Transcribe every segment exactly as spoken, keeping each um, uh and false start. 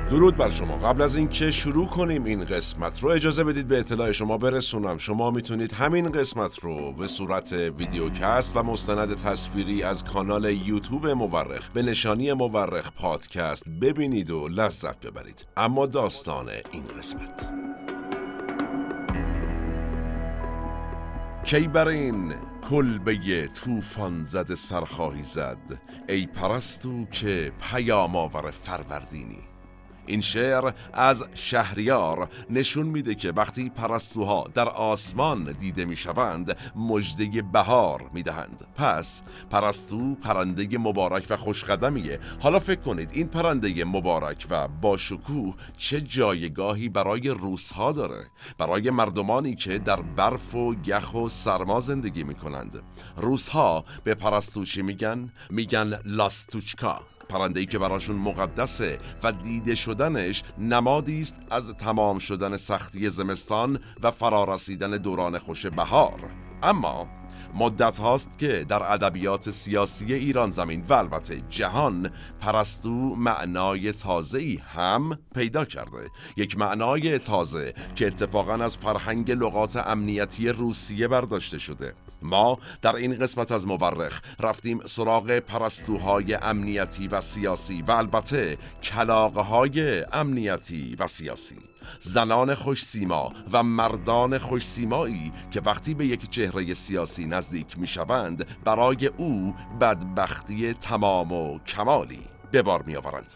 درود بر شما. قبل از اینکه شروع کنیم این قسمت رو اجازه بدید به اطلاع شما برسونم شما میتونید همین قسمت رو به صورت ویدیوکست و مستند تصویری از کانال یوتیوب مورخ به نشانی مورخ پادکست ببینید و لذت ببرید. اما داستان این قسمت کی بر این کلبه طوفان زده سرخواهی زد، ای پرستو که پیام آور فروردینی. این شعر از شهریار نشون میده که وقتی پرستوها در آسمان دیده میشوند مژده بهار میدهند. پس پرستو پرنده مبارک و خوشقدمیه. حالا فکر کنید این پرنده مبارک و با شکوه چه جایگاهی برای روس‌ها داره، برای مردمانی که در برف و یخ و سرما زندگی میکنند. روس‌ها به پرستوشی میگن میگن لاستوچکا، پرنده‌ای که براشون مقدسه و دیده شدنش نمادی است از تمام شدن سختی زمستان و فرارسیدن دوران خوش بهار. اما مدت هاست که در ادبیات سیاسی ایران زمین و البته جهان پرستو معنای تازه‌ای هم پیدا کرده. یک معنای تازه که اتفاقاً از فرهنگ لغات امنیتی روسیه برداشته شده. ما در این قسمت از مورخ رفتیم سراغ پرستوهای امنیتی و سیاسی و البته کلاغه‌های امنیتی و سیاسی، زنان خوش سیما و مردان خوش سیمایی که وقتی به یک چهره سیاسی نزدیک می شوند برای او بدبختی تمام و کمالی به بار می آورند.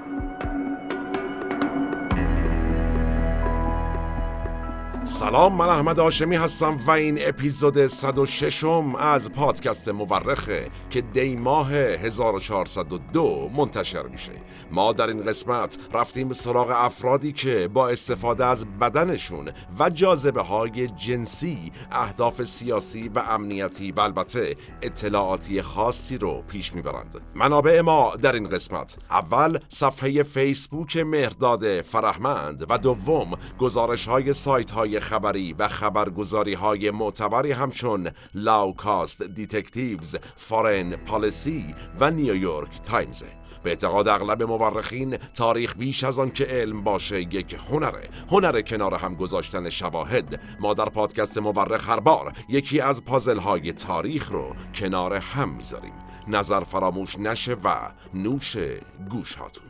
سلام، من احمد هاشمی هستم و این اپیزود صد و شش م از پادکست مورخه که دی ماه هزار و چهارصد و دو منتشر میشه. ما در این قسمت رفتیم سراغ افرادی که با استفاده از بدنشون و جاذبه های جنسی اهداف سیاسی و امنیتی و البته اطلاعاتی خاصی رو پیش میبرند. منابع ما در این قسمت: اول صفحه فیسبوک مهرداد فرهمند و دوم گزارش های سایت های خبری و خبرگزاری های معتبری همچون لاوکاست دیتکتیوز، فارن پالیسی و نیویورک تایمز. به اعتقاد اغلب مورخین تاریخ بیش از آن که علم باشه یک هنره، هنر کنار هم گذاشتن شواهد. ما در پادکست مورخ هر بار یکی از پازل های تاریخ رو کنار هم میذاریم. نظر فراموش نشه و نوش گوش هاتون.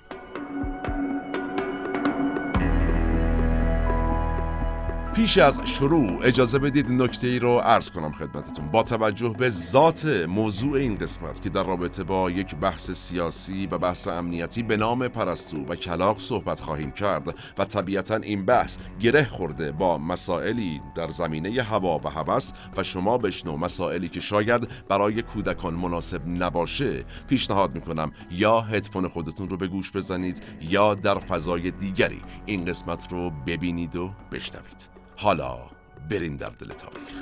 پیش از شروع اجازه بدید نکته‌ای رو عرض کنم خدمتتون. با توجه به ذات موضوع این قسمت که در رابطه با یک بحث سیاسی و بحث امنیتی به نام پرستو و کلاغ صحبت خواهیم کرد و طبیعتاً این بحث گره خورده با مسائلی در زمینه هوا و هوس و شما بشنو مسائلی که شاید برای کودکان مناسب نباشه، پیشنهاد میکنم یا هدفون خودتون رو به گوش بزنید یا در فضای دیگری این قسمت رو ببینید و بشنوید. حالا بریم در دل تاریخ.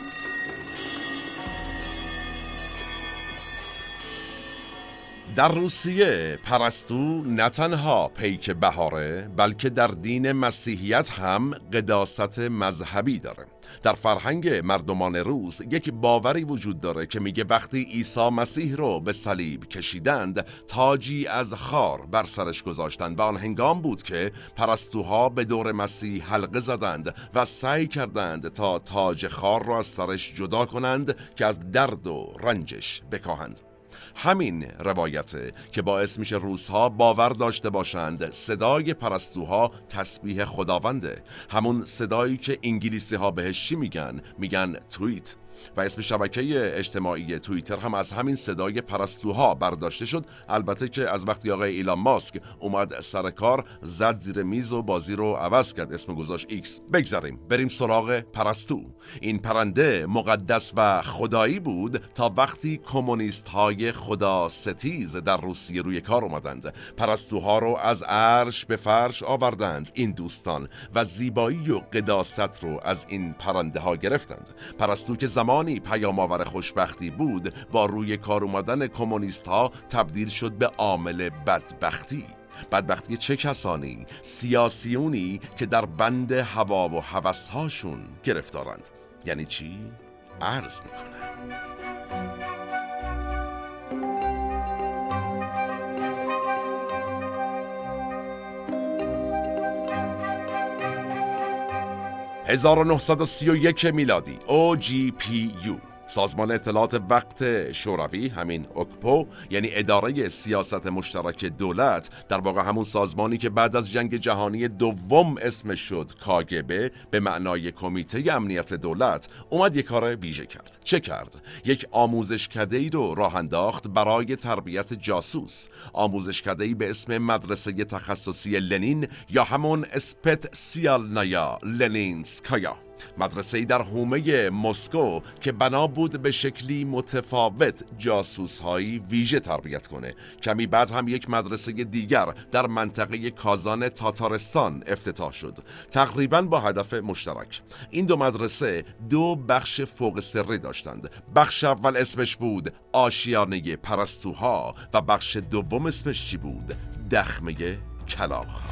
در روسیه پرستو نه تنها پیک بهاره بلکه در دین مسیحیت هم قداست مذهبی داره. در فرهنگ مردمان روس یک باوری وجود داره که میگه وقتی عیسی مسیح رو به صلیب کشیدند تاجی از خار بر سرش گذاشتند و آن هنگام بود که پرستوها به دور مسیح حلقه زدند و سعی کردند تا تاج خار را از سرش جدا کنند که از درد و رنجش بکاهند. همین روایته که باعث میشه روس‌ها باور داشته باشند صدای پرستوها تسبیح خداونده، همون صدایی که انگلیسی‌ها بهش چی میگن؟ میگن توییت. و اسم شبکه اجتماعی توییتر هم از همین صدای پرستوها برداشته شد. البته که از وقتی آقای ایلان ماسک اومد سر کار زد زیر میز و بازی رو عوض کرد، اسم گذاشت ایکس. بگذاریم بریم سراغ پرستو. این پرنده مقدس و خدایی بود تا وقتی کمونیست های خدا ستیز در روسیه روی کار اومدند. پرستوها رو از عرش به فرش آوردند این دوستان و زیبایی و قداست رو از این پرنده ها گرفتند. پرستو که زمانی پیام‌آور خوشبختی بود با روی کار اومدن کمونیست ها تبدیل شد به عامل بدبختی. بدبختی چه کسانی؟ سیاسیونی که در بند هوا و هوس‌هاشون گرفتارند. یعنی چی؟ عرض میکنه. هزار و نهصد و سی و یک میلادی او جی پی یو، سازمان اطلاعات وقت شوروی، همین اوکپو، یعنی اداره سیاست مشترک دولت، در واقع همون سازمانی که بعد از جنگ جهانی دوم اسمش شد کاگبه به معنای کمیته امنیت دولت، اومد یک کار ویژه کرد. چه کرد؟ یک آموزشکده‌ای رو راه انداخت برای تربیت جاسوس، آموزشکده‌ای به اسم مدرسه تخصصی لنین یا همون اسپتسیالنایا لنینسکایا، مدرسه‌ای در حومه مسکو که بنا بود به شکلی متفاوت جاسوس‌هایی ویژه تربیت کنه. کمی بعد هم یک مدرسه دیگر در منطقه کازان تاتارستان افتتاح شد، تقریباً با هدف مشترک. این دو مدرسه دو بخش فوق سری داشتند. بخش اول اسمش بود آشیانه پرستوها و بخش دوم اسمش چی بود؟ دخمه کلاغ‌ها.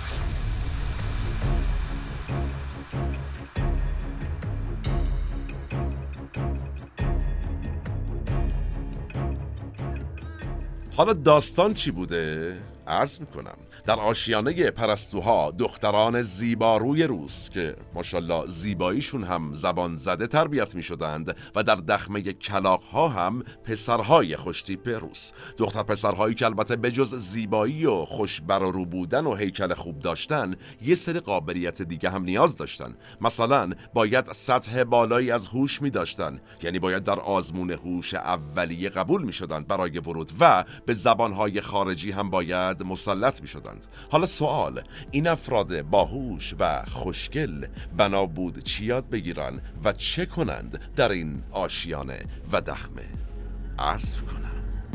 حالا داستان چی بوده؟ عرض میکنم. در آشیانه پرستوها دختران زیباروی روس که ماشاءالله زیباییشون هم زبان زده تربیت میشدند و در دخمه کلاغ‌ها هم پسرهای خوشتیپ روس، دختر پسرهایی که البته بجز زیبایی و خوش بر و رو بودن و هیکل خوب داشتن، یه سری قابلیت دیگه هم نیاز داشتن. مثلا باید سطح بالایی از هوش می داشتن، یعنی باید در آزمون هوش اولیه قبول می شدند برای ورود و به زبانهای خارجی هم باید مسلط می شدند. حالا سوال، این افراد باهوش و خوشگل بنا بود چی یاد بگیرن و چه کنند در این آشیانه و دخمه؟ عرض کنم.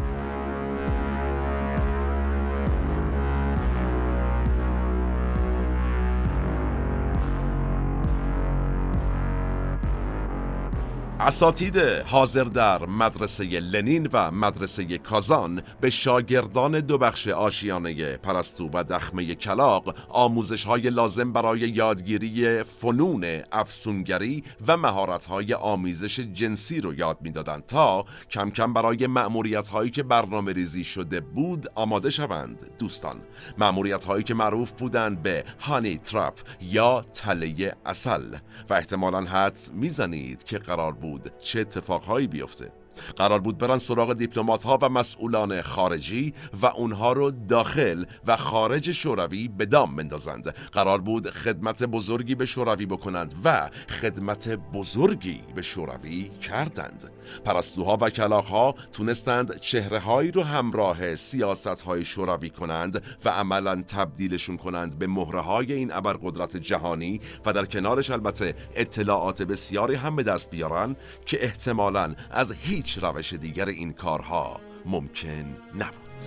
اساتید حاضر در مدرسه لنین و مدرسه کازان به شاگردان دو بخش آشیانه پرستو و دخمه کلاغ آموزش‌های لازم برای یادگیری فنون افسونگری و مهارت‌های آمیزش جنسی رو یاد می‌دادند تا کم کم برای مأموریت‌هایی که برنامه‌ریزی شده بود آماده شوند. دوستان، مأموریت‌هایی که معروف بودند به هانی تراپ یا تله عسل و احتمالاً حدس می‌زنید که قرار بود چه اتفاقهایی بیفته. قرار بود برن سراغ دیپلمات‌ها و مسئولان خارجی و اونها رو داخل و خارج شوروی به دام بندازند. قرار بود خدمت بزرگی به شوروی بکنند و خدمت بزرگی به شوروی کردند. پرستوها و کلاغ‌ها تونستند چهره‌هایی رو همراه سیاست‌های شوروی کنند و عملاً تبدیلشون کنند به مهره‌های این ابرقدرت جهانی و در کنارش البته اطلاعات بسیاری هم به دست بیارن که احتمالاً از هیچ هیچ روش دیگر این کارها ممکن نبود.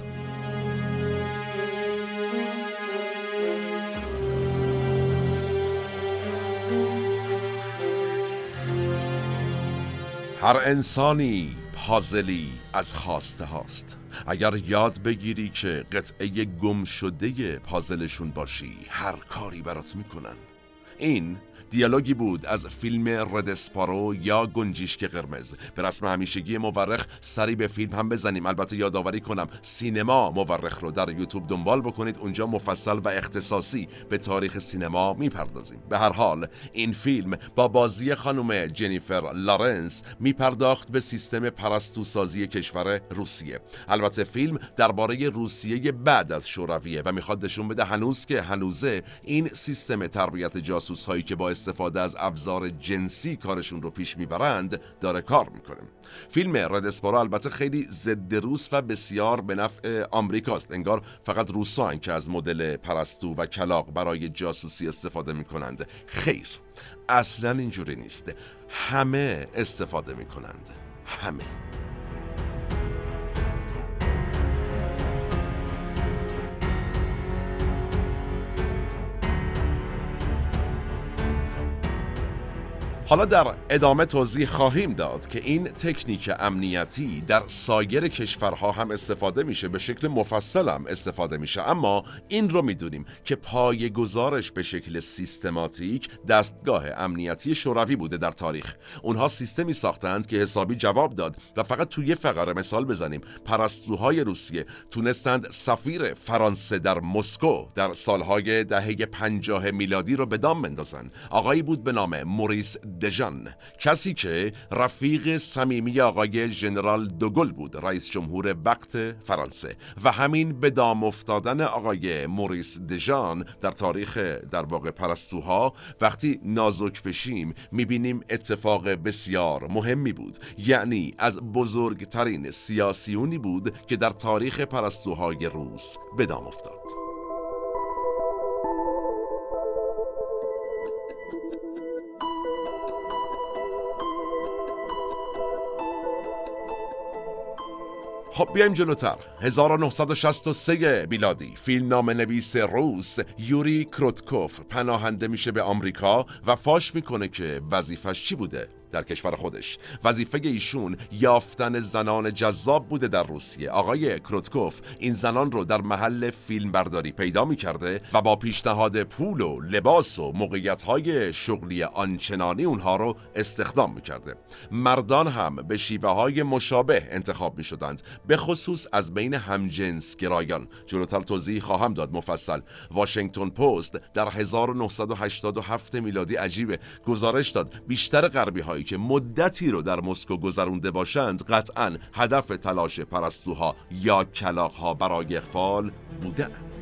هر انسانی پازلی از خواسته هاست. اگر یاد بگیری که قطعه گم شده پازلشون باشی، هر کاری برات میکنن. این دیالوگی بود از فیلم رد اسپارو یا گنجشک قرمز. به رسم همیشگی مورخ سری به فیلم هم بزنیم. البته یادآوری کنم سینما مورخ رو در یوتیوب دنبال بکنید، اونجا مفصل و اختصاصی به تاریخ سینما میپردازیم. به هر حال این فیلم با بازی خانم جنیفر لارنس میپرداخت به سیستم پرستوسازی کشور روسیه. البته فیلم درباره روسیه بعد از شورویه و میخواد نشون بده هنوز که هنوزه این سیستم تربیت جاسوس هایی که با استفاده از ابزار جنسی کارشون رو پیش میبرند داره کار میکنه. فیلم رد اسپارو البته خیلی ضد روس و بسیار به نفع آمریکاست. انگار فقط روسان که از مدل پرستو و کلاغ برای جاسوسی استفاده میکنند. خیر، اصلا اینجوری نیست. همه استفاده میکنند. همه. حالا در ادامه توضیح خواهیم داد که این تکنیک امنیتی در سایر کشورها هم استفاده میشه، به شکل مفصل هم استفاده میشه، اما این رو میدونیم که پایه‌گذارش به شکل سیستماتیک دستگاه امنیتی شوروی بوده در تاریخ. اونها سیستمی ساختند که حسابی جواب داد و فقط توی فقره مثال بزنیم، پرستوهای روسیه تونستند سفیر فرانسه در مسکو در سالهای دهه پنجاه میلادی رو به دام بندازن. آقایی بود به نام موریس دژان، کسی که رفیق صمیمی آقای ژنرال دوگل بود، رئیس جمهور وقت فرانسه، و همین به دام افتادن آقای موریس دژان در تاریخ در واقع پرستوها وقتی نازک بشیم میبینیم اتفاق بسیار مهمی بود، یعنی از بزرگترین سیاسیونی بود که در تاریخ پرستوهای روس به دام افتاد. خب بیایم جلوتر. هزار و نهصد و شصت و سه میلادی فیلمنامه نویس روس یوری کروتکوف پناهنده میشه به آمریکا و فاش میکنه که وظیفش چی بوده در کشور خودش. وظیفه ایشون یافتن زنان جذاب بوده در روسیه. آقای کروتکوف این زنان رو در محل فیلم برداری پیدا میکرده و با پیشنهاد پول و لباس و موقعیت‌های شغلی آنچنانی اونها رو استخدام میکرده. مردان هم به شیوه های مشابه انتخاب میشدند، به خصوص از بین همجنس گرایان. جلوتر توضیح خواهم داد مفصل. واشنگتن پست در هزار و نهصد و هشتاد و هفت میلادی عجیبه گزارش داد بیشتر غربی هایی که مدتی رو در مسکو گذرونده باشند قطعاً هدف تلاش پرستوها یا کلاغ‌ها برای اغفال بودند.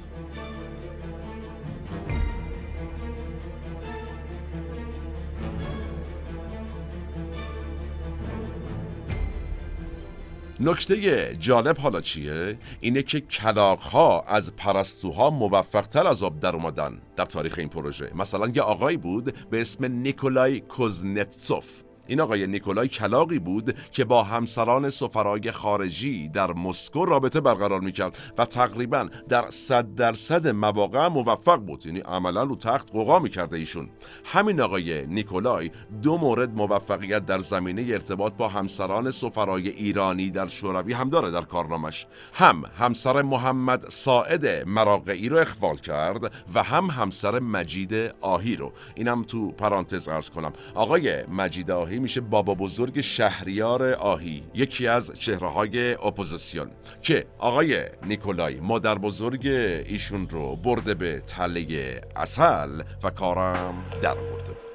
نکته جالب حالا چیه؟ اینه که کلاغ‌ها از پرستوها موفق‌تر از آب در اومدن در تاریخ این پروژه. مثلا یه آقایی بود به اسم نیکولای کوزنتسوف. این آقای نیکولای کلاغی بود که با همسران سفرای خارجی در مسکو رابطه برقرار میکرد و تقریبا در صد درصد مواقع موفق بود، یعنی عملا رو تخت قوقا میکرده ایشون. همین آقای نیکولای دو مورد موفقیت در زمینه ارتباط با همسران سفرای ایرانی در شوروی هم داره در کارنامش. هم همسر محمد ساعد مراغه‌ای رو اخوال کرد و هم همسر مجید آهی رو. اینم تو پرانتز عرض کنم، آقای مجید آهی میشه بابا بزرگ شهریار آهی، یکی از چهره‌های اپوزیسیون که آقای نیکولای مادر بزرگ ایشون رو برده به تله عسل و کارم در آورده بود.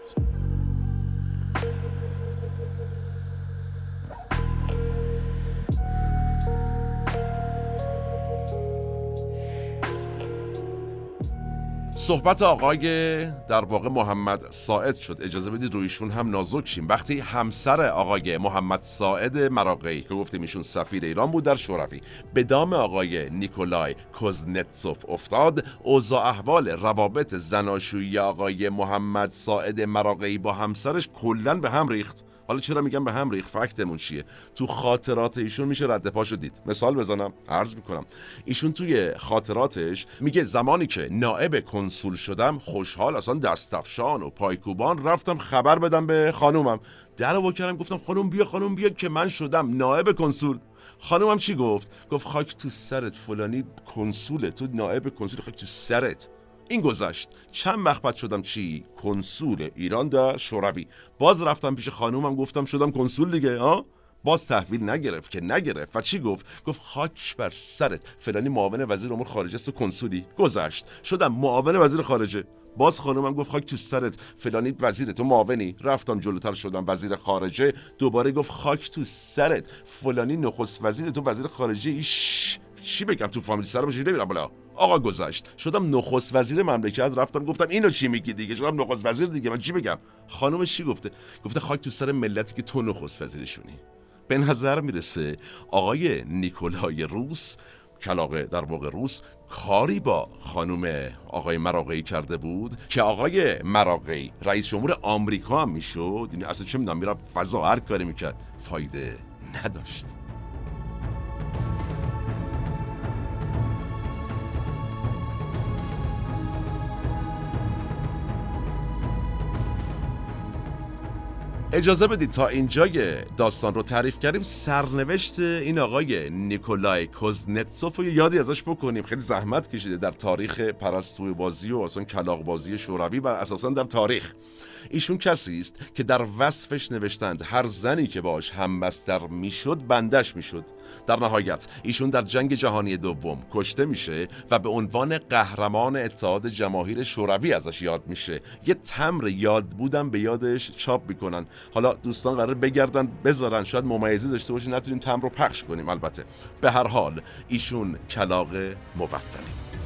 صحبت آقای در واقع محمد ساعد شد، اجازه بدید رویشون هم نازک شیم. وقتی همسر آقای محمد ساعد مراغه‌ای که گفتیم ایشون سفیر ایران بود در شوروی به دام آقای نیکولای کوزنتسوف افتاد، اوضاع احوال روابط زناشویی آقای محمد ساعد مراغه‌ای با همسرش کلاً به هم ریخت. حالا چرا میگم به هم ریخت؟ فکتمون چیه؟ تو خاطرات ایشون میشه رد پاشو دید. مثال بزنم، عرض میکنم. ایشون توی خاطراتش میگه زمانی که نائب کنسول شدم خوشحال اصلا دستفشان و پایکوبان رفتم خبر بدم به خانومم. درو وا کردم گفتم خانوم بیا خانوم بیا که من شدم نائب کنسول. خانومم چی گفت؟ گفت خاک تو سرت، فلانی کنسوله، تو نائب کنسول، خاک تو سرت. این گذشت. چند وقت بعد شدم چی؟ کنسول ایران در شوروی. باز رفتم پیش خانومم گفتم شدم کنسول دیگه. ها؟ باز تحویل نگرفت که نگرفت و چی گفت؟ گفت خاک بر سرت، فلانی معاون وزیر امور خارجه است و کنسولی. گذشت شدم معاون وزیر خارجه. باز خانومم گفت خاک تو سرت، فلانی وزیر، تو معاونی. رفتم جلوتر شدم وزیر خارجه. دوباره گفت خاک تو سرت، فلانی نخست وزیر، تو وزیر خارجه. ایش چی بگم تو فامیل سرم بشه نمیرم بالا. آقا گذشت شدم نخست وزیر مملکت. رفتم گفتم اینو چی میگی دیگه؟ شدم نخست وزیر دیگه، من چی بگم؟ خانومش چی گفته؟ گفته خاک تو سر ملتی که تو نخست وزیرشونی. به نظر میرسه آقای نیکولای روس، کلاغ در واقع روس، کاری با خانم آقای مراغه‌ای کرده بود که آقای مراغه‌ای رئیس جمهور آمریکا هم میشد. یعنی اصلا چه میدونم میرم فضا هر کاری میکرد فایده نداشت. اجازه بدید تا اینجای داستان رو تعریف کردیم سرنوشت این آقای نیکولای کوزنتسوف رو یادی ازش بکنیم. خیلی زحمت کشیده در تاریخ پرستوی بازی و اصلا کلاغ بازی شوروی و اساسا در تاریخ. ایشون کسی است که در وصفش نوشتند هر زنی که باش همبستر میشد بندش میشد. در نهایت ایشون در جنگ جهانی دوم کشته میشه و به عنوان قهرمان اتحاد جماهیر شوروی ازش یاد میشه. یه تمر یاد بودم به یادش چاپ میکنن. حالا دوستان قرار بگردن بذارن، شاید ممیزی داشته باشه نتونیم تمر رو پخش کنیم. البته به هر حال ایشون کلاغ موفقی بود.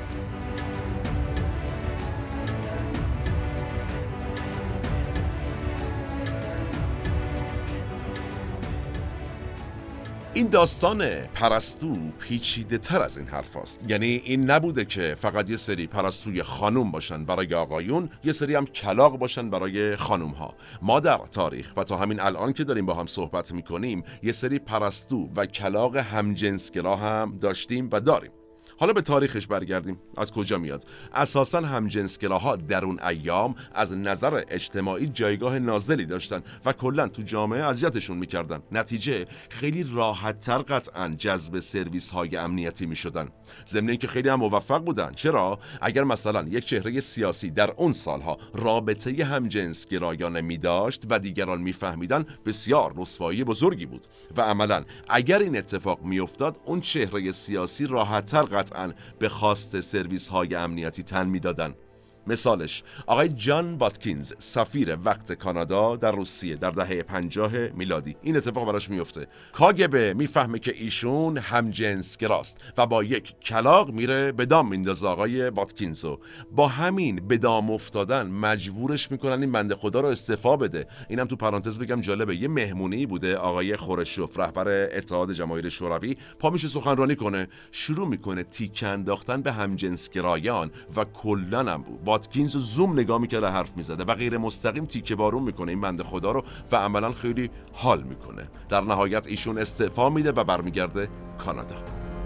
این داستان پرستو پیچیده تر از این حرف است. یعنی این نبوده که فقط یه سری پرستوی خانوم باشن برای آقایون، یه سری هم کلاغ باشن برای خانوم ها. ما در تاریخ و تا همین الان که داریم با هم صحبت میکنیم یه سری پرستو و کلاغ همجنسگرا هم داشتیم و داریم. حالا به تاریخش برگردیم. از کجا میاد؟ اساساً همجنسگراها در اون ایام از نظر اجتماعی جایگاه نازلی داشتن و کلاً تو جامعه اذیتشون میکردن. نتیجه خیلی راحت‌تر قطعاً جذب سرویس های امنیتی میشدن. ضمن اینکه خیلی هم موفق بودن. چرا؟ اگر مثلا یک چهره سیاسی در اون سالها رابطه همجنسگرایانه میداشت و دیگران میفهمیدن، بسیار رسوایی بزرگی بود و عملاً اگر این اتفاق میافتاد اون چهره سیاسی راحت‌تر قطعاً به خواست سرویس های امنیتی تن میدادن. مثالش آقای جان واتکینز، سفیر وقت کانادا در روسیه در دهه پنجاه میلادی. این اتفاق براش میفته. کاگبه میفهمه که ایشون همجنسگراست و با یک کلاغ میره به دام میندازه آقای واتکینزو. با همین به دام افتادن مجبورش میکنن این بنده خدا رو استعفا بده. اینم تو پرانتز بگم جالبه، یه مهمونی بوده آقای خورشوف رهبر اتحاد جماهیر شوروی پا میشه سخنرانی کنه، شروع میکنه تیک انداختن به همجنسگرایان و کلاً هم واتکینز زوم نگاه میکرده حرف میزده و غیر مستقیم تیکه بارون میکنه این بنده خدا رو و عملا خیلی حال میکنه. در نهایت ایشون استعفا میده و برمیگرده کانادا.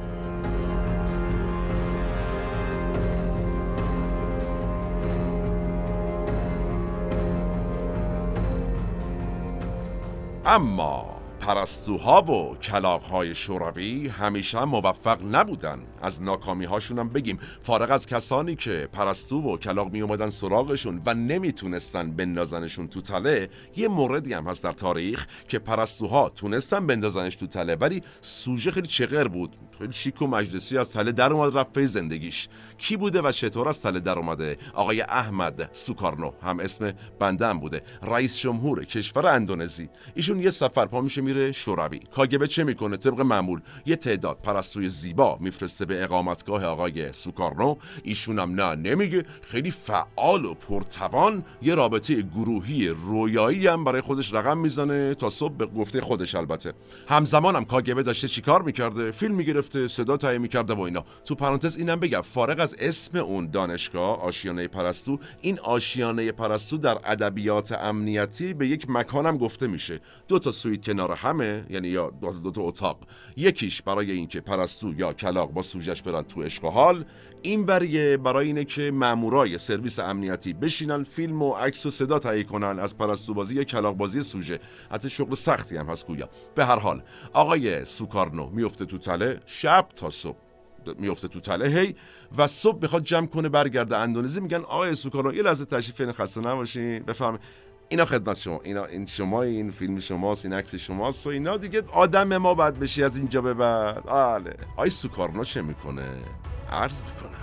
اما پرستوها و کلاغ‌های شوروی همیشه موفق نبودن. از ناکامی‌هاشون هم بگیم. فارغ از کسانی که پرستو و کلاغ می اومدن سراغشون و نمیتونستن بندازنشون تو تله، یه موردی هم هست در تاریخ که پرستوها تونستن بندازنش تو تله ولی سوژه خیلی چغر بود، خیلی شیک و مجلسی از تله در اومد رفت پی زندگیش. کی بوده و چطور از تله در اومده؟ آقای احمد سوکارنو، هم اسم بنده هم بوده، رئیس جمهور کشور اندونزی. ایشون یه سفر پا میشه میره شوروی. کاگبه چه میکنه؟ طبق معمول یه تعداد پرستوی زیبا میفرسته به اقامتگاه آقای سوکارنو. ایشون هم نه نمیگه، خیلی فعال و پرتوان یه رابطه گروهی رویایی هم برای خودش رقم میزنه تا صبح، به گفته خودش البته. همزمان هم کاگبه داشته چیکار میکرده؟ فیلم میگرفته، صدا تهیه میکرده و اینا. تو پرانتز اینم بگم فارغ از اسم اون دانشگاه آشیانه پرستو، این آشیانه پرستو در ادبیات امنیتی به یک مکانم گفته میشه. دو تا سویت کنار همه، یعنی یا دو تا اتاق، یکیش برای اینکه پرستو یا کلاغ با سوژش برن تو عشق و حال، این بریه برای اینه که مامورای سرویس امنیتی بشینن فیلم و عکس و صدا تهیه کنن از پرستو بازی یا کلاغ بازی سوژه. حتی شغل سختی هم هست گویا. به هر حال آقای سوکارنو میفته تو تله، شب تا صبح میفته تو تله هی و صبح میخواد جمع کنه برگرده اندونزی. میگن آقای سوکارنو یه لحظه تشریف بیارین، خسته نباشین، بفرمایید اینا خدمت شما، اینا این شما، این فیلم شماست، این عکس شماست و اینا دیگه آدم ما باید بشی از اینجا به بعد. آله آی سوکارنو چه میکنه؟ عرض میکنه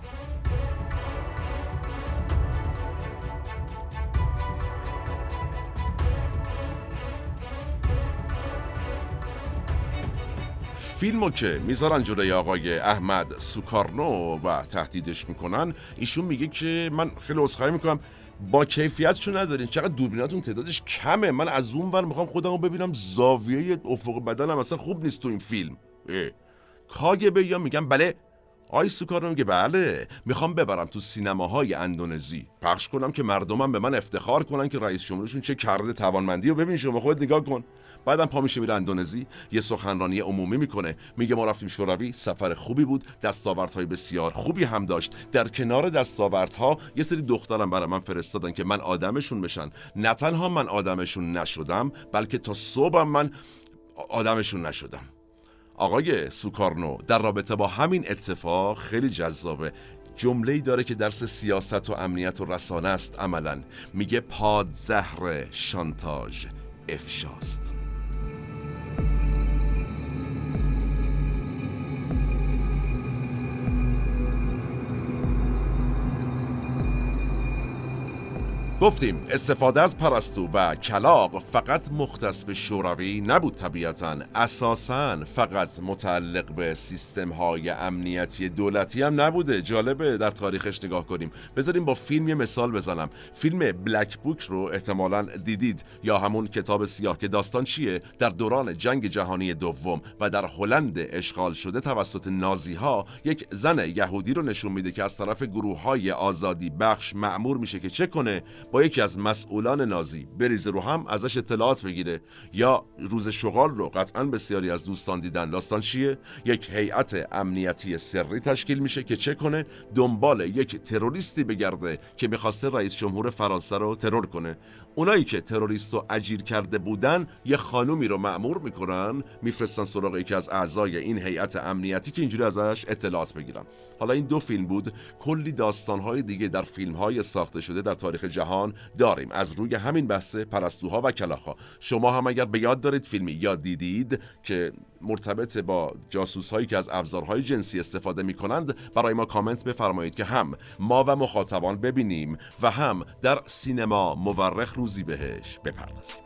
فیلمو که میذارن جلوی آقای احمد سوکارنو و تهدیدش میکنن، ایشون میگه که من خیلی عذرخواهی میکنم، با کیفیتشو ندارین، چقدر دوربیناتون تعدادش کمه، من از اون ور میخوام خودمو ببینم، زاویه افق بدنم اصلا خوب نیست تو این فیلم. کاگبه یا میگم بله آی سوکارنو میگه بله، میخوام ببرم تو سینماهای اندونزی پخش کنم که مردمم به من افتخار کنن که رئیس جمهورشون چه کرده توانمندی و ببین شما خودت نگاه کن. بعدم پا میشه میره اندونزی، یه سخنرانی عمومی میکنه، میگه ما رفتیم شوروی، سفر خوبی بود، دستاوردهای بسیار خوبی هم داشت. در کنار دستاوردها یه سری دخترم برای من فرستادن که من آدمشون بشن. نه تنها من آدمشون نشدم، بلکه تا صبحم من آدمشون نشدم. آقای سوکارنو در رابطه با همین اتفاق خیلی جذابه. جمله‌ای داره که درس سیاست و امنیت و رسانه است. عملاً میگه پادزهر شانتاژ افشاست. گفتیم استفاده از پرستو و کلاغ فقط مختص به شوروی نبود، طبیعتاً اساساً فقط متعلق به سیستم‌های امنیتی دولتی هم نبوده. جالبه در تاریخش نگاه کنیم. بذاریم با فیلم یه مثال بزنم. فیلم بلک بوک رو احتمالاً دیدید، یا همون کتاب سیاه، که داستان چیه؟ در دوران جنگ جهانی دوم و در هلند اشغال شده توسط نازی‌ها، یک زن یهودی رو نشون میده که از طرف گروه‌های آزادی بخش مأمور میشه که چه کنه؟ با یکی از مسئولان نازی بریزه رو هم، ازش اطلاعات بگیره. یا روز شغال رو قطعاً بسیاری از دوستان دیدن. داستان چیه؟ یک هیئت امنیتی سری تشکیل میشه که چه کنه؟ دنبال یک تروریستی بگرده که میخواسته رئیس جمهور فرانسه رو ترور کنه. اونایی که تروریست رو اجیر کرده بودن یه خانومی رو مأمور میکنن، میفرستن سراغ یکی از اعضای این هیئت امنیتی که اینجوری ازش اطلاعات بگیرن. حالا این دو فیلم بود، کلی داستانهای دیگه در فیلمهای ساخته شده در تاریخ جهان داریم از روی همین بحث پرستوها و کلاغ‌ها. شما هم اگر به یاد دارید فیلمی یا دیدید که مرتبط با جاسوس‌هایی که از ابزارهای جنسی استفاده می‌کنند، برای ما کامنت بفرمایید که هم ما و مخاطبان ببینیم و هم در سینما مورخ روزی بهش بپردازیم.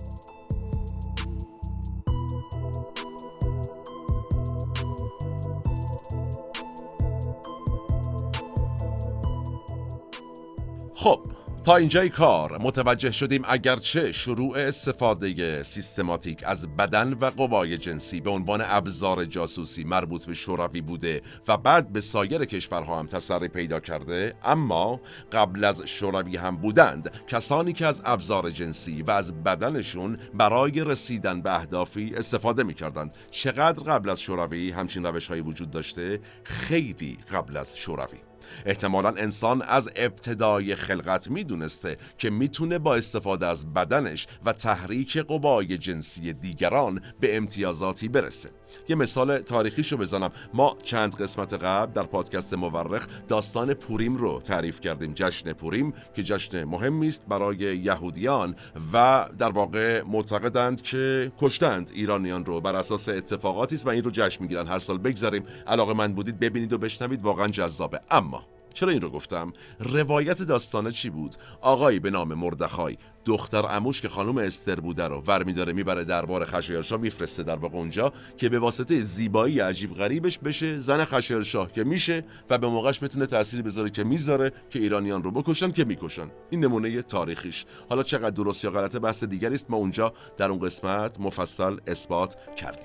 خب تا اینجای کار متوجه شدیم اگرچه شروع استفاده سیستماتیک از بدن و قوای جنسی به عنوان ابزار جاسوسی مربوط به شوروی بوده و بعد به سایر کشورها هم تسری پیدا کرده، اما قبل از شوروی هم بودند کسانی که از ابزار جنسی و از بدنشون برای رسیدن به اهدافی استفاده می‌کردند. چقدر قبل از شوروی همچین روش‌هایی وجود داشته؟ خیلی قبل از شوروی. احتمالاً انسان از ابتدای خلقت میدونسته که میتونه با استفاده از بدنش و تحریک قوای جنسی دیگران به امتیازاتی برسه. یه مثال تاریخیشو بزنم. ما چند قسمت قبل در پادکست مورخ داستان پوریم رو تعریف کردیم. جشن پوریم که جشن مهمی است برای یهودیان و در واقع معتقدند که کشتند ایرانیان رو بر اساس اتفاقاتی است و این رو جشن میگیرن هر سال. بگذاریم، علاقه‌مند بودید ببینید و بشنوید، واقعا جذابه. اما چرا این رو گفتم؟ روایت داستانه چی بود؟ آقایی به نام مردخای، دختر عموش که خانم استر بوده رو ور می‌داره میبره دربار خشایارشاه، میفرسته در واقع اونجا که به واسطه زیبایی عجیب غریبش بشه زن خشایارشاه که میشه و به موقعش بتونه تأثیر بذاره که میذاره که ایرانیان رو بکشن که میکشن. این نمونه تاریخیش. حالا چقدر درست یا غلطه بحث دیگری است، ما اونجا در اون قسمت مفصل اثبات کردیم.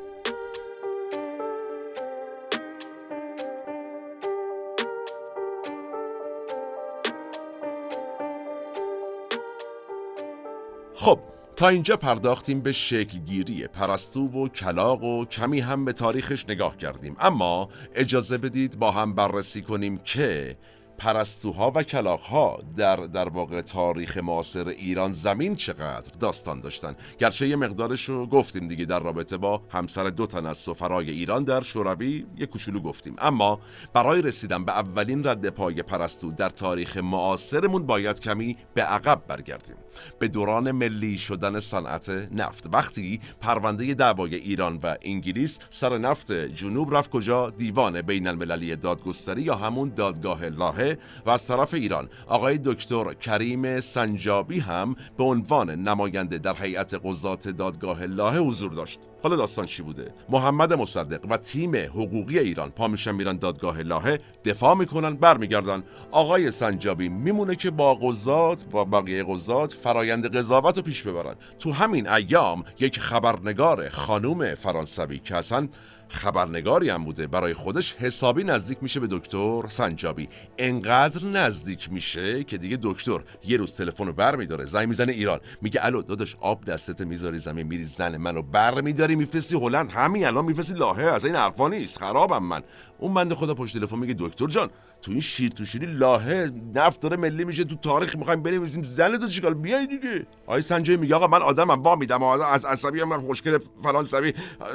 خب تا اینجا پرداختیم به شکلگیری پرستو و کلاغ و کمی هم به تاریخش نگاه کردیم، اما اجازه بدید با هم بررسی کنیم که پرستوها و کلاغ‌ها در در واقع تاریخ معاصر ایران زمین چقدر داستان داشتن. گرچه یه مقدارش رو گفتیم دیگه در رابطه با همسر دو تن از سفرای ایران در شوروی یه کوچولو گفتیم، اما برای رسیدن به اولین رد پای پرستو در تاریخ معاصرمون باید کمی به عقب برگردیم، به دوران ملی شدن صنعت نفت. وقتی پرونده دعوای ایران و انگلیس سر نفت جنوب رفت کجا؟ دیوان بین المللی دادگستری یا همون دادگاه لاهه، و از طرف ایران آقای دکتر کریم سنجابی هم به عنوان نماینده در هیئت قضات دادگاه لاهه حضور داشت. حالا داستان چی بوده؟ محمد مصدق و تیم حقوقی ایران پا میشن میرن دادگاه لاهه، دفاع میکنن، برمیگردن. آقای سنجابی میمونه که با قضات با بقیه قضات فرایند قضاوت رو پیش ببرن. تو همین ایام یک خبرنگار خانوم فرانسوی که اصلا خبرنگاری هم بوده، برای خودش حسابی نزدیک میشه به دکتر سنجابی. انقدر نزدیک میشه که دیگه دکتر یه روز تلفنو برمیداره، زنگ میزنه ایران، میگه الو داداش آب دستت میذاری زمین میری زن منو برمیداری میفرستی هلند، همین الان میفرستی لاهه، از این حرفا نیست، خرابم من. اون بنده خدا پشت تلفن میگه دکتر جان تو این شیر تو شیری لاهه نفت داره ملی میشه، تو تاریخ میخوایم بنویسیم زن تو چیکار، بیای دیگه. آقای سنجابی میگه آقا من آدمم وا میدم، از عصبی من خوشگل فلان سبی.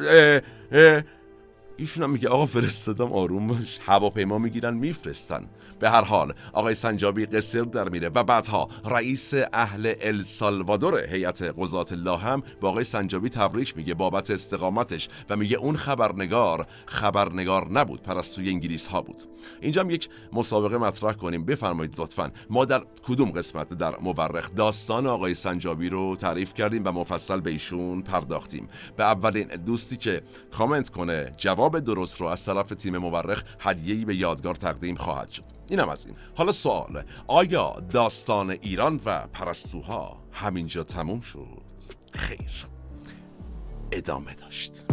ایشون هم میگه آقا فرستادم آروم باش، هواپیما میگیرن میفرستن. به هر حال آقای سنجابی قصر در میره و بعدها رئیس اهل السالوادور هیئت قضات الله هم با آقای سنجابی تبریک میگه بابت استقامتش و میگه اون خبرنگار خبرنگار نبود، پرستوی انگلیس ها بود. اینجا هم یک مسابقه مطرح کنیم، بفرمایید لطفاً. ما در کدوم قسمت در مورخ داستان آقای سنجابی رو تعریف کردیم و مفصل به ایشون پرداختیم؟ به اولین دوستی که کامنت کنه جواب درست رو از طرف تیم مورخ هدیه‌ای به یادگار تقدیم خواهد شد. اینم از این. حالا سوال، آیا داستان ایران و پرستوها همینجا تموم شد؟ خیر، ادامه داشت.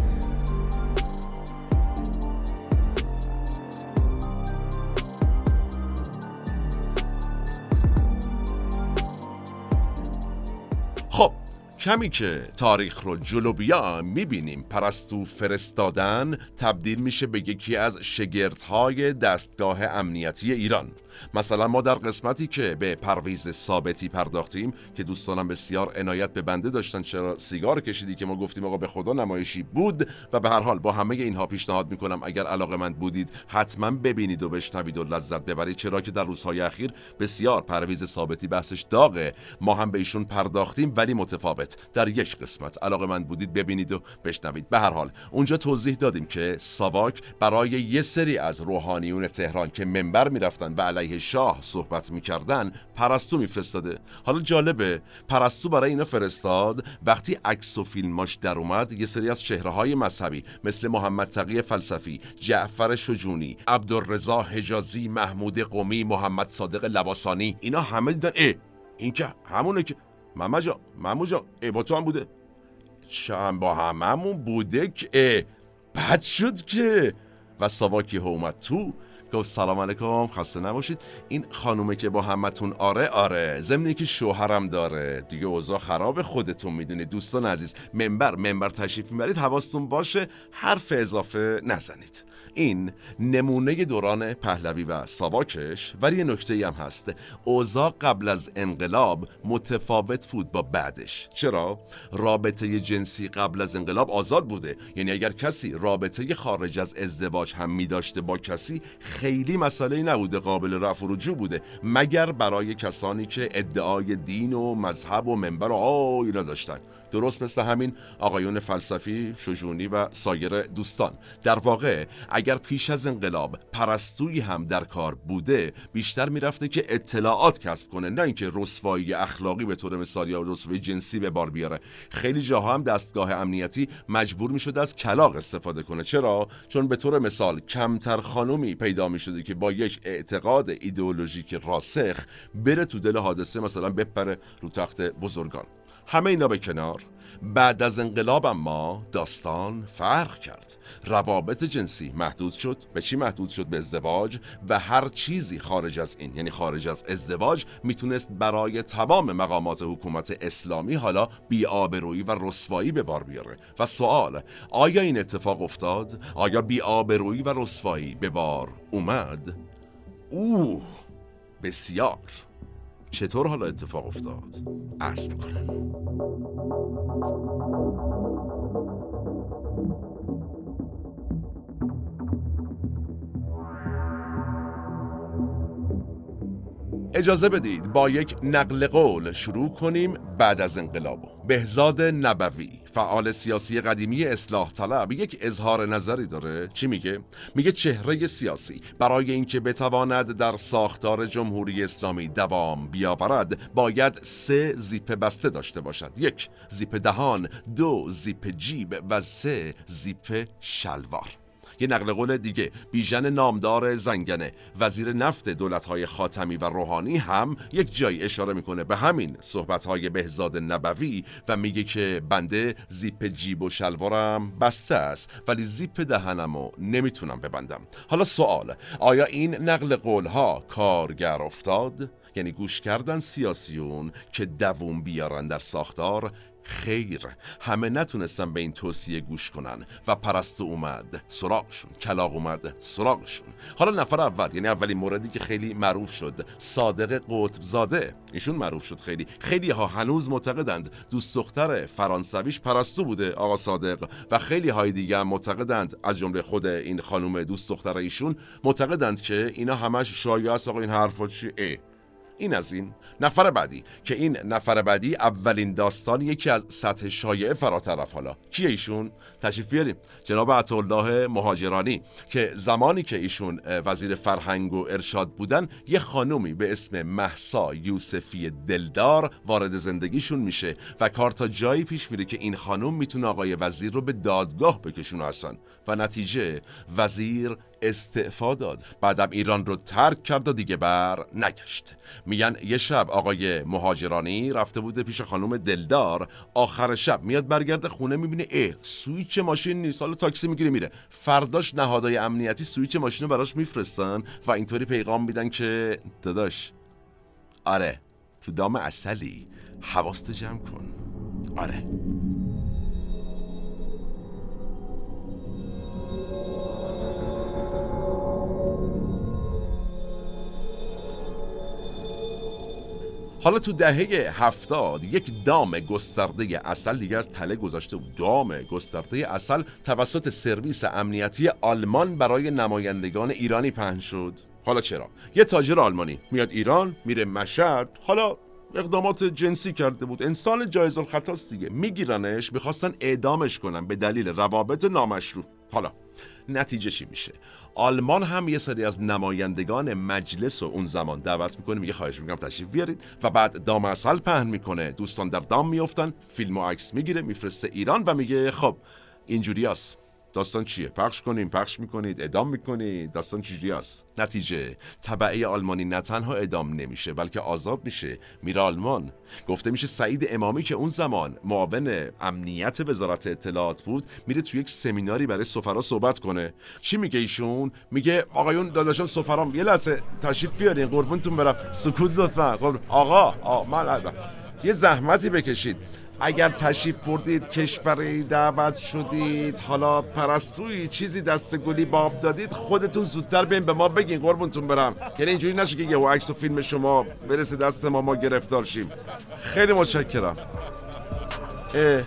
خب کمی که تاریخ رو جلو بیام میبینیم پرستو فرستادن تبدیل میشه به یکی از شگردهای دستگاه امنیتی ایران. مثلا ما در قسمتی که به پرویز ثابتی پرداختیم که دوستانم بسیار عنایت به بنده داشتن چرا سیگار کشیدی، که ما گفتیم آقا به خدا نمایشی بود و به هر حال با همه اینها پیشنهاد میکنم اگر علاقه‌مند بودید حتما ببینید و بشنوید و لذت ببرید، چرا که در روزهای اخیر بسیار پرویز ثابتی بحثش داغه. ما هم به ایشون پرداختیم ولی متفاوت در یک قسمت، علاقه‌مند بودید ببینید و بشنوید. به هر حال اونجا توضیح دادیم که ساواک برای یه سری از روحانیون تهران که منبر میرفتن و علیه شاه صحبت میکردن پرستو میفرستاده. حالا جالبه پرستو برای اینا فرستاد، وقتی عکس و فیلماش در اومد یه سری از چهره‌های مذهبی مثل محمد تقی فلسفی، جعفر شجونی، عبدالرضا حجازی، محمود قمی، محمد صادق لواسانی، اینا همه دیدن اه این که همونه که ماما جا مامو جا ای با تو هم بوده، چند با هممون بوده که اه بد شد که. و ساواکی ها اومد تو گفت سلام علیکم خسته نباشید، این خانومه که با همتون آره آره ضمن که شوهرم داره دیگه اوضاع خراب، خودتون میدونید دوستان عزیز، منبر منبر تشریف میبرید حواستون باشه حرف اضافه نزنید. این نمونه دوران پهلوی و ساواکش. ولی یه نکته‌ای هم هست، اوضاع قبل از انقلاب متفاوت بود با بعدش. چرا؟ رابطه جنسی قبل از انقلاب آزاد بوده، یعنی اگر کسی رابطه خارج از ازدواج هم می‌داشته با کسی خیلی مسئله نبوده، قابل رفع و رجوع بوده، مگر برای کسانی که ادعای دین و مذهب و منبر و آه اینا داشتن. درست مثل همین آقایون فلسفی، شجونی و سایر دوستان. در واقع اگر پیش از انقلاب پرستویی هم در کار بوده بیشتر میرفته که اطلاعات کسب کنه، نه اینکه رسوایی اخلاقی به طور مثال یا رسوایی جنسی به بار بیاره. خیلی جاها هم دستگاه امنیتی مجبور میشده از کلاغ استفاده کنه. چرا؟ چون به طور مثال کمتر خانومی پیدا میشده که با یک اعتقاد ایدئولوژیک راسخ بره تو دل حادثه مثلا بپره رو تخت بزرگان. همه اینا به کنار، بعد از انقلاب اما داستان فرق کرد. روابط جنسی محدود شد. به چی محدود شد؟ به ازدواج، و هر چیزی خارج از این، یعنی خارج از ازدواج، میتونست برای تمام مقامات حکومت اسلامی حالا بی‌آبرویی و رسوایی به بار بیاره. و سوال، آیا این اتفاق افتاد؟ آیا بی‌آبرویی و رسوایی به بار اومد؟ اوه بسیار. چطور حالا اتفاق افتاد؟ عرض میکنم. اجازه بدید با یک نقل قول شروع کنیم. بعد از انقلاب بهزاد نبوی، فعال سیاسی قدیمی اصلاح طلب، یک اظهار نظری داره. چی میگه؟ میگه چهره سیاسی برای اینکه بتواند در ساختار جمهوری اسلامی دوام بیاورد باید سه زیپ بسته داشته باشد: یک، زیپ دهان، دو، زیپ جیب و سه، زیپ شلوار. یه نقل قول دیگه، بیژن نامدار زنگنه وزیر نفت دولت‌های خاتمی و روحانی هم یک جایی اشاره میکنه به همین صحبت‌های بهزاد نبوی و میگه که بنده زیپ جیب و شلوارم بسته است ولی زیپ دهنمو نمیتونم ببندم. حالا سوال، آیا این نقل قول‌ها کارگر افتاد؟ یعنی گوش کردن سیاسیون که دووم بیارن در ساختار؟ خیر، همه نتونستن به این توصیه گوش کنن و پرستو اومد سراغشون، کلاغ اومد سراغشون. حالا نفر اول، یعنی اولین موردی که خیلی معروف شد، صادق قطب زاده، ایشون معروف شد. خیلی خیلی ها هنوز معتقدند دوست دختر فرانسویش پرستو بوده آقا صادق، و خیلی های دیگه هم معتقدند، از جمله خود این خانم دوست دختر ایشون، معتقدند که اینا همش شایعه است. آقا این حرفا چیه؟ این از این. نفر بعدی که این نفر بعدی اولین داستان یکی از سطح شایعه فراتر رفت. حالا کیه ایشون؟ تشریف بیاریم. جناب عطاالله مهاجرانی که زمانی که ایشون وزیر فرهنگ و ارشاد بودن، یه خانومی به اسم مهسا یوسفی دلدار وارد زندگیشون میشه و کار تا جایی پیش میره که این خانوم میتونه آقای وزیر رو به دادگاه بکشونه اصلا، و نتیجه وزیر استعفا داد. بعدم ایران رو ترک کرد و دیگه بر نگشت. میگن یه شب آقای مهاجرانی رفته بوده پیش خانم دلدار، آخر شب میاد برگرده خونه میبینه اه سویچ ماشین نیست، حالا تاکسی میگیره میره. فرداش نهادهای امنیتی سویچ ماشین رو براش میفرستن و اینطوری پیغام میدن که داداش، آره تو دام عسلی، حواست جمع کن. آره حالا تو دهه هفتاد یک دام گسترده عسل دیگه از تله گذاشته بود. دام گسترده عسل توسط سرویس امنیتی آلمان برای نمایندگان ایرانی پهن شد. حالا چرا؟ یه تاجر آلمانی میاد ایران، میره مشهد، حالا اقدامات جنسی کرده بود، انسان جایز الخطاست دیگه، میگیرنش، میخواستن اعدامش کنن به دلیل روابط نامشروع. حالا نتیجه چی میشه؟ آلمان هم یه سری از نمایندگان مجلس و اون زمان دعوت میکنه، میگه خواهش میکنم تشریف بیارید، و بعد دام عسل پهن میکنه، دوستان در دام میافتن، فیلم و عکس میگیره، میفرسته ایران و میگه خب اینجوری است، داستان چیه؟ پخش کنیم، پخش میکنید، اعدام میکنید، داستان چجوری است؟ نتیجه تبعه آلمانی نه تنها اعدام نمیشه بلکه آزاد میشه، میره آلمان. گفته میشه سعید امامی که اون زمان معاون امنیت وزارت اطلاعات بود، میره توی یک سمیناری برای سفرا صحبت کنه. چی میگه ایشون؟ میگه آقایون داداشان سفرام یه لحظه تشریف بیارین، قربونتون برم، سکوت لطفا. آقا آقا من یه زحمتی بکشید، اگر تشریف بردید کشوری دعوت شدید، حالا پرستویی چیزی دست گلی باب دادید، خودتون زودتر بین به ما بگین قربونتون برم، یعنی اینجوری نشه که یهو عکس و فیلم شما برسه دست ما ما گرفتار شیم. خیلی متشکرم. اه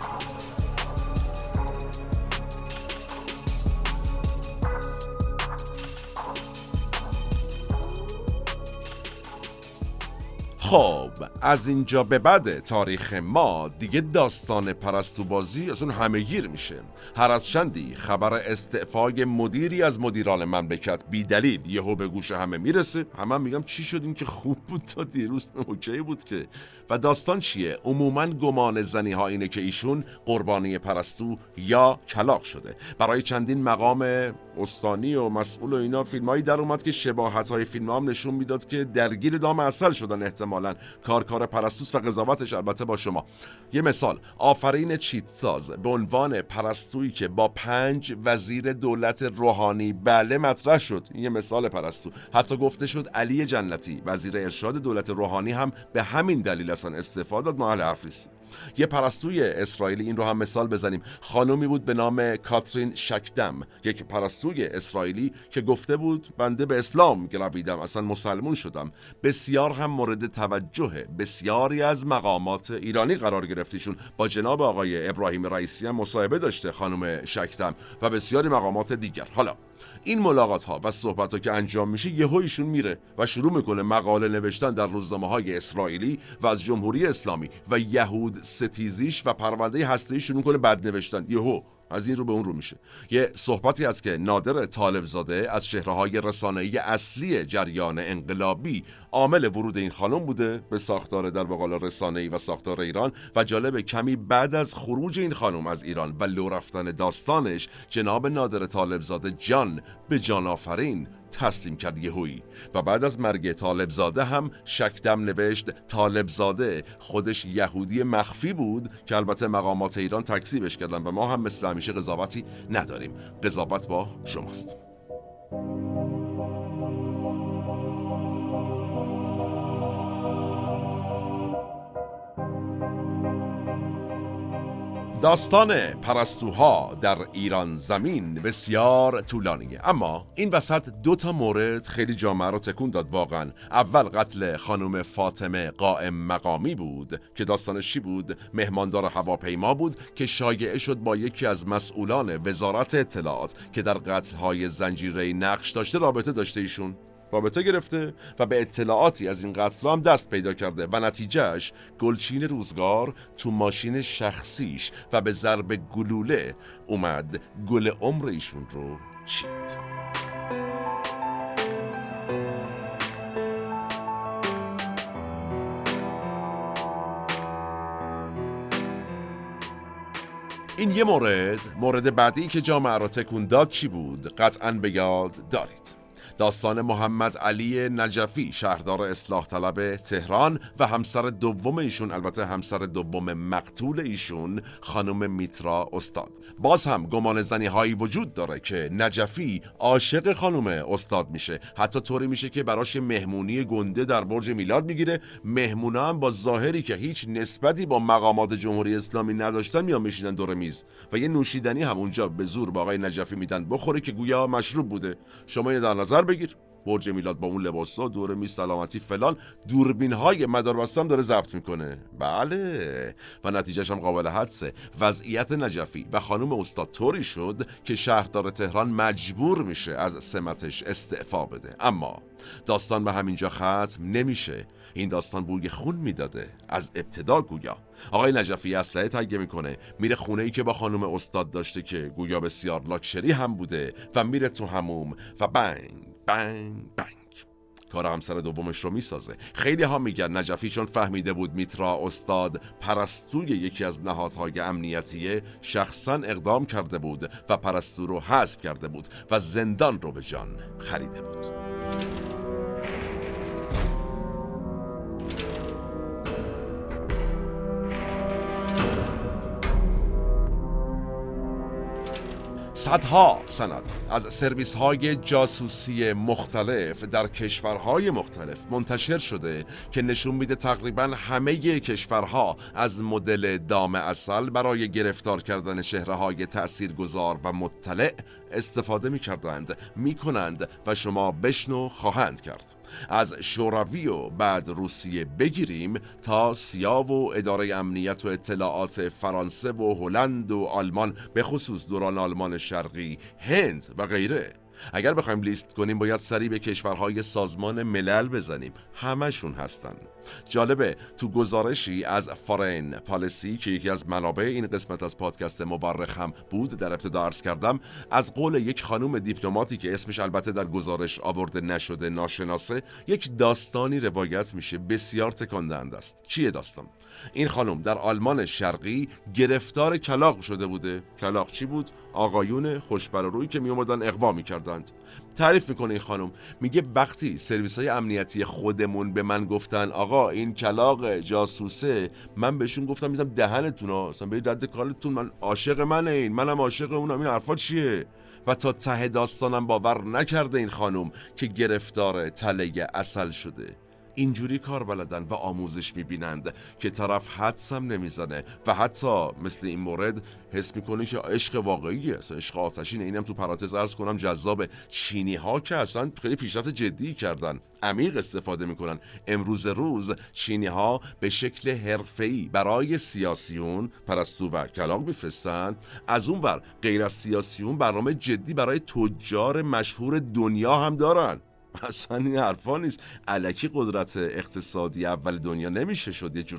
خب از اینجا به بعد تاریخ ما دیگه داستان پرستو بازی اصلا همه گیر میشه. هر از چندی خبر استعفای مدیری از مدیران مملکت بی دلیل یهو به گوش همه میرسه، همه هم میگم چی شد، این که خوب بود تا دیروز اوکی بود که. و داستان چیه؟ عموما گمان زنی ها اینه که ایشون قربانی پرستو یا کلاغ شده. برای چندین مقام استانی و مسئول و اینا فیلمایی در اومد که شباهت های فیلم هم نشون میداد که درگیر دام عسل شدن، احتمالاً کارکار پرستوس و قضاوتش البته با شما. یه مثال، آفرین چیتساز به عنوان پرستویی که با پنج وزیر دولت روحانی بله مطرح شد، یه مثال پرستو. حتی گفته شد علی جنتی وزیر ارشاد دولت روحانی هم به همین دلیل اصلا استفاده داد، محل حرف نیست. یه پرستوی اسرائیلی، این رو هم مثال بزنیم، خانومی بود به نام کاترین شکدم، یک پرستوی اسرائیلی که گفته بود بنده به اسلام گرویدم، اصلا مسلمون شدم. بسیار هم مورد توجه بسیاری از مقامات ایرانی قرار گرفتیشون. با جناب آقای ابراهیم رئیسی هم مصاحبه داشته خانم شکدم و بسیاری مقامات دیگر. حالا این ملاقات ها و صحبت ها که انجام میشه، یهو ایشون میره و شروع میکنه مقاله نوشتن در روزنامه های اسرائیلی و از جمهوری اسلامی و یهود ستیزیش و پرونده هسته‌ای شروع کنه بد نوشتن. یهو از این رو به اون رو میشه. یه صحبتی هست که نادر طالبزاده از چهره‌های رسانه‌ای اصلی جریان انقلابی عامل ورود این خانم بوده به ساختار در واقع رسانه‌ای و ساختار ایران و جالب کمی بعد از خروج این خانم از ایران و لو رفتن داستانش جناب نادر طالبزاده جان به جان آفرین تسلیم کرد یهویی و بعد از مرگ طالبزاده هم شکدم نوشت طالبزاده خودش یهودی مخفی بود که البته مقامات ایران تکذیبش کردن و ما هم مثل همیشه قضاوتی نداریم. قضاوت با شماست. داستان پرستوها در ایران زمین بسیار طولانیه، اما این وسط دو تا مورد خیلی جامعه رو تکون داد واقعا. اول قتل خانم فاطمه قائم مقامی بود که داستانش چی بود؟ مهماندار هواپیما بود که شایعه شد با یکی از مسئولان وزارت اطلاعات که در قتل‌های زنجیره‌ای نقش داشته رابطه داشته ایشون. رابطه گرفته و به اطلاعاتی از این قتل هم دست پیدا کرده و نتیجهش گلچین روزگار تو ماشین شخصیش و به ضرب گلوله اومد گل عمر ایشون رو چید. این یه مورد. مورد بعدی که جامعه را تکون داد چی بود؟ قطعاً به یاد دارید. داستان محمد علی نجفی، شهردار اصلاح طلب تهران و همسر دوم ایشون، البته همسر دوم مقتول ایشون، خانم میترا استاد. باز هم گمان زنی هایی وجود داره که نجفی عاشق خانم استاد میشه، حتی طوری میشه که براش مهمونی گنده در برج میلاد میگیره. مهمونا هم با ظاهری که هیچ نسبتی با مقامات جمهوری اسلامی نداشتن میان میشینن دور میز و یه نوشیدنی هم اونجا به زور با آقای نجفی میدن بخوره که گویا مشروب بوده. شما اینو در نظر بگیر. برج میلاد با اون لباسا دور می سلامتی فلان، دوربین های مداربسته هم داره ضبط میکنه. بله، و نتیجهش هم قابل حدسه. وضعیت نجفی و خانم استاد طوری شد که شهردار تهران مجبور میشه از سمتش استعفا بده. اما داستان به همینجا ختم نمیشه. این داستان بوی خون میداده از ابتدا. گویا آقای نجفی اسلحه تهیه میکنه، میره خونه‌ای که با خانم استاد داشته که گویا بسیار لاکچری هم بوده و میره تو حموم و بنگ بنگ بنگ کار همسر دومش رو میسازه. خیلی ها میگن نجفی چون فهمیده بود میترا استاد پرستوی یکی از نهادهای امنیتیه، شخصا اقدام کرده بود و پرستو رو حذف کرده بود و زندان رو به جان خریده بود. صدها سند از سرویس های جاسوسی مختلف در کشورهای مختلف منتشر شده که نشون میده تقریبا همه کشورها از مدل دام عسل برای گرفتار کردن چهره‌های تأثیرگذار و مطلع استفاده میکردند، میکنند و شما بشنو خواهند کرد. از شوروی و بعد روسیه بگیریم تا سیا و اداره امنیت و اطلاعات فرانسه و هلند و آلمان، به خصوص دوران آلمان شرقی، هند و غیره. اگر بخوایم لیست کنیم باید سریع به کشورهای سازمان ملل بزنیم، همشون هستن. جالبه تو گزارشی از فارین پالیسی که یکی از منابع این قسمت از پادکست مورخ هم بود، در ابتدا عرض کردم، از قول یک خانم دیپلماتی که اسمش البته در گزارش آورده نشده، ناشناسه، یک داستانی روایت میشه بسیار تکان دهنده است. چیه داستان؟ این خانم در آلمان شرقی گرفتار کلاغ شده بوده. کلاغ چی بود؟ آقایون خوشبر روی که می اومدن اغوا می‌کردند. تعریف میکنه این خانم، میگه وقتی سرویس‌های امنیتی خودمون به من گفتن آقا این کلاغ جاسوسه، من بهشون گفتم میذارم دهنتونا، اصلا برید رد کارتون، من عاشق منه، این منم عاشق اونم، این حرفا چیه؟ و تا ته داستانم باور نکرده این خانم که گرفتار تله عسل شده. اینجوری کار بلدن و آموزش میبینند که طرف حدسم نمیزنه و حتی مثل این مورد حس میکنه که عشق واقعیه، اصلا عشق آتشینه. اینم تو پرانتز عرض کنم جذابه، چینی ها که اصلا خیلی پیشرفت جدی کردن، عمیق استفاده میکنن. امروز روز چینی ها به شکل حرفه‌ای برای سیاسیون پرستو و کلاغ میفرستن، از اون ور غیر از سیاسیون برنامه جدی برای تجار مشهور دنیا هم دارن. اصلا این حرفا نیست، الکی قدرت اقتصادی اول دنیا نمیشه شد یه جورایی.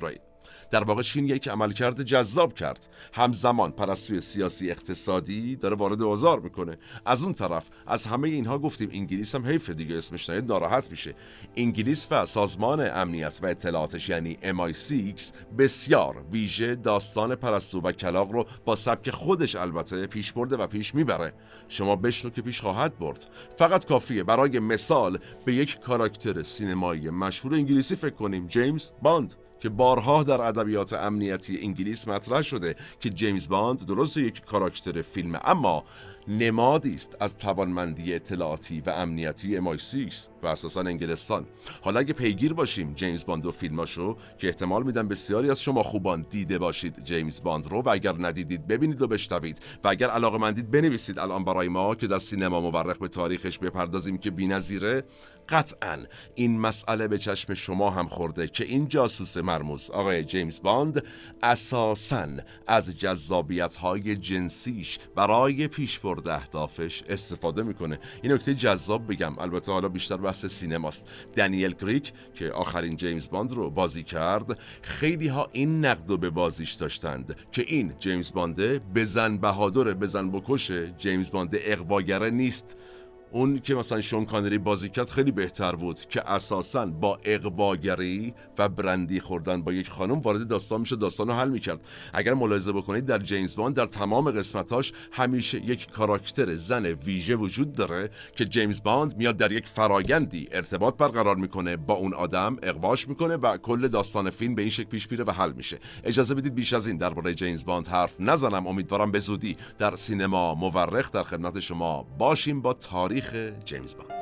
در واقع چین یک عملکرد جذاب کرد. همزمان پرستوی سیاسی اقتصادی داره وارد بازار میکنه. از اون طرف از همه اینها گفتیم انگلیس هم حیف دیگه اسمش نیاد ناراحت میشه. انگلیس و سازمان امنیت و اطلاعاتش یعنی ام آی سیکس بسیار ویژه داستان پرستو و کلاغ رو با سبک خودش البته پیش برده و پیش میبره. شما بشنو که پیش خواهد برد. فقط کافیه برای مثال به یک کاراکتر سینمایی مشهور انگلیسی فکر کنیم، جیمز باند، که بارها در ادبیات امنیتی انگلیس مطرح شده که جیمز باند درست یک کاراکتر فیلمه، اما نمادی است از توانمندی اطلاعاتی و امنیتی ام آی سیکس و اساساً انگلستان. حالا اگه پیگیر باشیم جیمز باند و فیلماشو که احتمال میدم بسیاری از شما خوبان دیده باشید جیمز باند رو، و اگر ندیدید ببینید و بشنوید، و اگر علاقه‌مندید بنویسید الان برای ما که در سینما مورخ به تاریخش بپردازیم که بی‌نظیره. قطعاً این مسئله به چشم شما هم خورده که این جاسوس مرموز آقای جیمز باند اساساً از جذابیت‌های جنسیش برای پیشبرد اهدافش استفاده میکنه. این نکته جذاب بگم، البته حالا بیشتر بحث سینماست. دنیل کریگ که آخرین جیمز باند رو بازی کرد، خیلی ها این نقدو به بازیش داشتند که این جیمز بانده بزن بهادر بزن بکشه، جیمز بانده اغواگره نیست. اون که مثلا شون کانری بازی کرد خیلی بهتر بود که اساساً با اغواگری و برندی خوردن با یک خانم وارد داستان میشه، داستان رو حل میکرد. اگر ملاحظه بکنید در جیمز باند در تمام قسمتاش همیشه یک کاراکتر زن ویژه وجود داره که جیمز باند میاد در یک فرایندی ارتباط برقرار میکنه با اون آدم، اغواش میکنه و کل داستان فیلم به این شکل پیش میره و حل میشه. اجازه بدید بیش از این درباره جیمز باند حرف نزنم. امیدوارم به زودی در سینما مورخ در خدمت شما باشیم با تاریخ جیمز باند.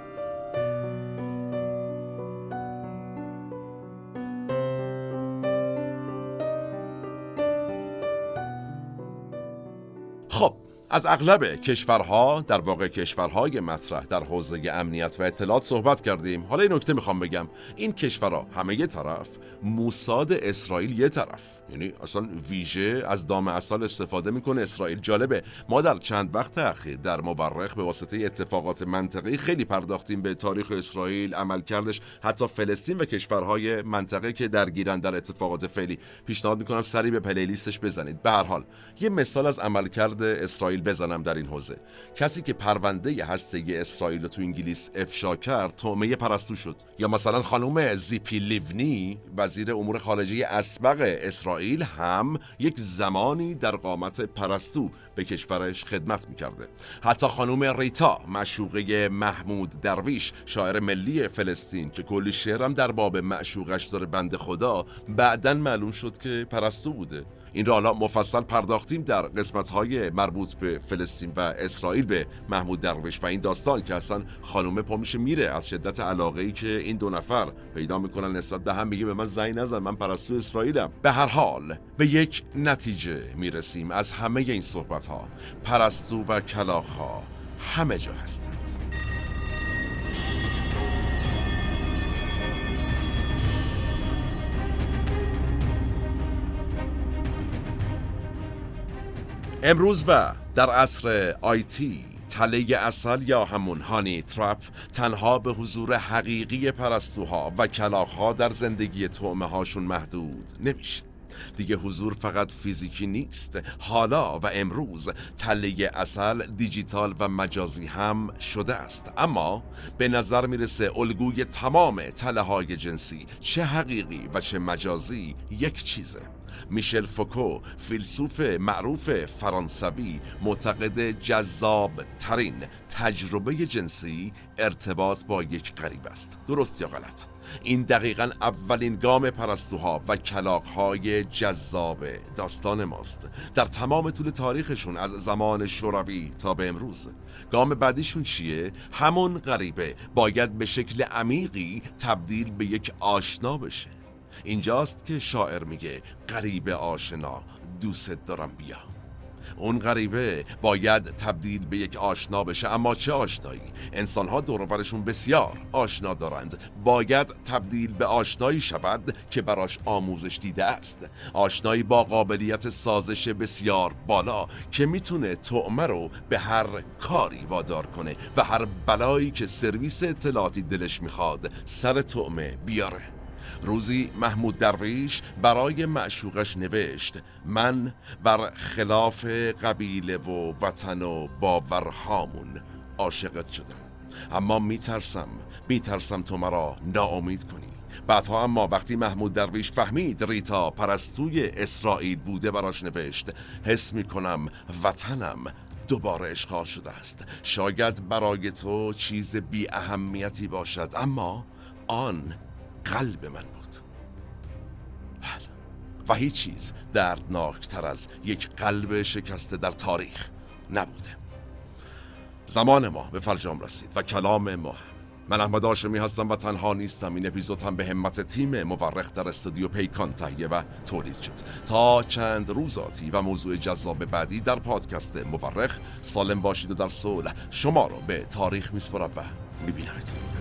خب از اغلب کشورها، در واقع کشورهای مطرح در حوزه امنیت و اطلاعات صحبت کردیم. حالا این نکته میخوام بگم، این کشورها همه یه طرف، موساد اسرائیل یه طرف، یعنی اصلا ویژه از دام عسل استفاده میکنه اسرائیل. جالبه ما در چند وقت اخیر در مورخ به واسطه اتفاقات منطقی خیلی پرداختیم به تاریخ اسرائیل، عملکردش، حتی فلسطین و کشورهای منطقه که درگیرن در اتفاقات فعلی. پیشنهاد میکنم سری به پلیلیستش بزنید. به هر حال یه مثال از عملکرد اسرائیل بزنم در این حوزه. کسی که پرونده هسته‌ای اسرائیل رو تو انگلیس افشا کرد طعمه پرستو شد. یا مثلا خانم زیپی لیونی وزیر امور خارجه اسبق اسرائیل هم یک زمانی در قامت پرستو به کشورش خدمت میکرده. حتی خانم ریتا معشوقه محمود درویش شاعر ملی فلسطین که کلی شعرم در باب معشوقش داره بنده خدا، بعداً معلوم شد که پرستو بوده. این را حالا مفصل پرداختیم در قسمت‌های مربوط به فلسطین و اسرائیل به محمود درویش و این داستان که اصلا خانومه پا میشه میره از شدت علاقه‌ای که این دو نفر پیدا میکنن نسبت به هم، میگه به من زنگ نزن، من پرستو اسرائیلم. به هر حال به یک نتیجه میرسیم از همه این صحبت‌ها، پرستو و کلاغ‌ها همه جا هستند. امروز و در عصر آیتی، تله عسل یا همون هانی ترپ تنها به حضور حقیقی پرستوها و کلاغ‌ها در زندگی طعمه هاشون محدود نمیشه. دیگه حضور فقط فیزیکی نیست. حالا و امروز تله عسل دیجیتال و مجازی هم شده است، اما به نظر میرسه الگوی تمام تله های جنسی، چه حقیقی و چه مجازی، یک چیزه. میشل فوکو، فیلسوف معروف فرانسوی، معتقد جذاب ترین تجربه جنسی ارتباط با یک غریب است. درست یا غلط؟ این دقیقاً اولین گام پرستوها و کلاغ‌های جذاب داستان ماست در تمام طول تاریخشون از زمان شوروی تا به امروز. گام بعدیشون چیه؟ همون غریبه باید به شکل عمیقی تبدیل به یک آشنا بشه. اینجاست که شاعر میگه غریبه آشنا دوست دارم بیا. اون غریبه باید تبدیل به یک آشنا بشه، اما چه آشنایی؟ انسان‌ها دور و برشون بسیار آشنا دارند. باید تبدیل به آشنایی شود که براش آموزش دیده است، آشنایی با قابلیت سازش بسیار بالا که میتونه طعمه رو به هر کاری وادار کنه و هر بلایی که سرویس اطلاعاتی دلش میخواد سر طعمه بیاره. روزی محمود درویش برای معشوقش نوشت: من بر خلاف قبیله و وطن و باورهامون عاشقت شدم، اما میترسم میترسم تو مرا ناامید کنی. بعدها اما وقتی محمود درویش فهمید ریتا پرستوی اسرائیل بوده براش نوشت: حس میکنم وطنم دوباره اشغال شده است. شاید برای تو چیز بی اهمیتی باشد، اما آن قلب من بود. بله، و هیچ چیز دردناکتر از یک قلب شکسته در تاریخ نبوده. زمان ما به فرجام رسید و کلام ما. من احمد هاشمی هستم و تنها نیستم. این اپیزود هم به همت تیم مورخ در استودیو پیکان تهیه و تولید شد. تا چند روزاتی و موضوع جذاب بعدی در پادکست مورخ، سالم باشید و در صلح. شما رو به تاریخ میسپارم و میبینمتون.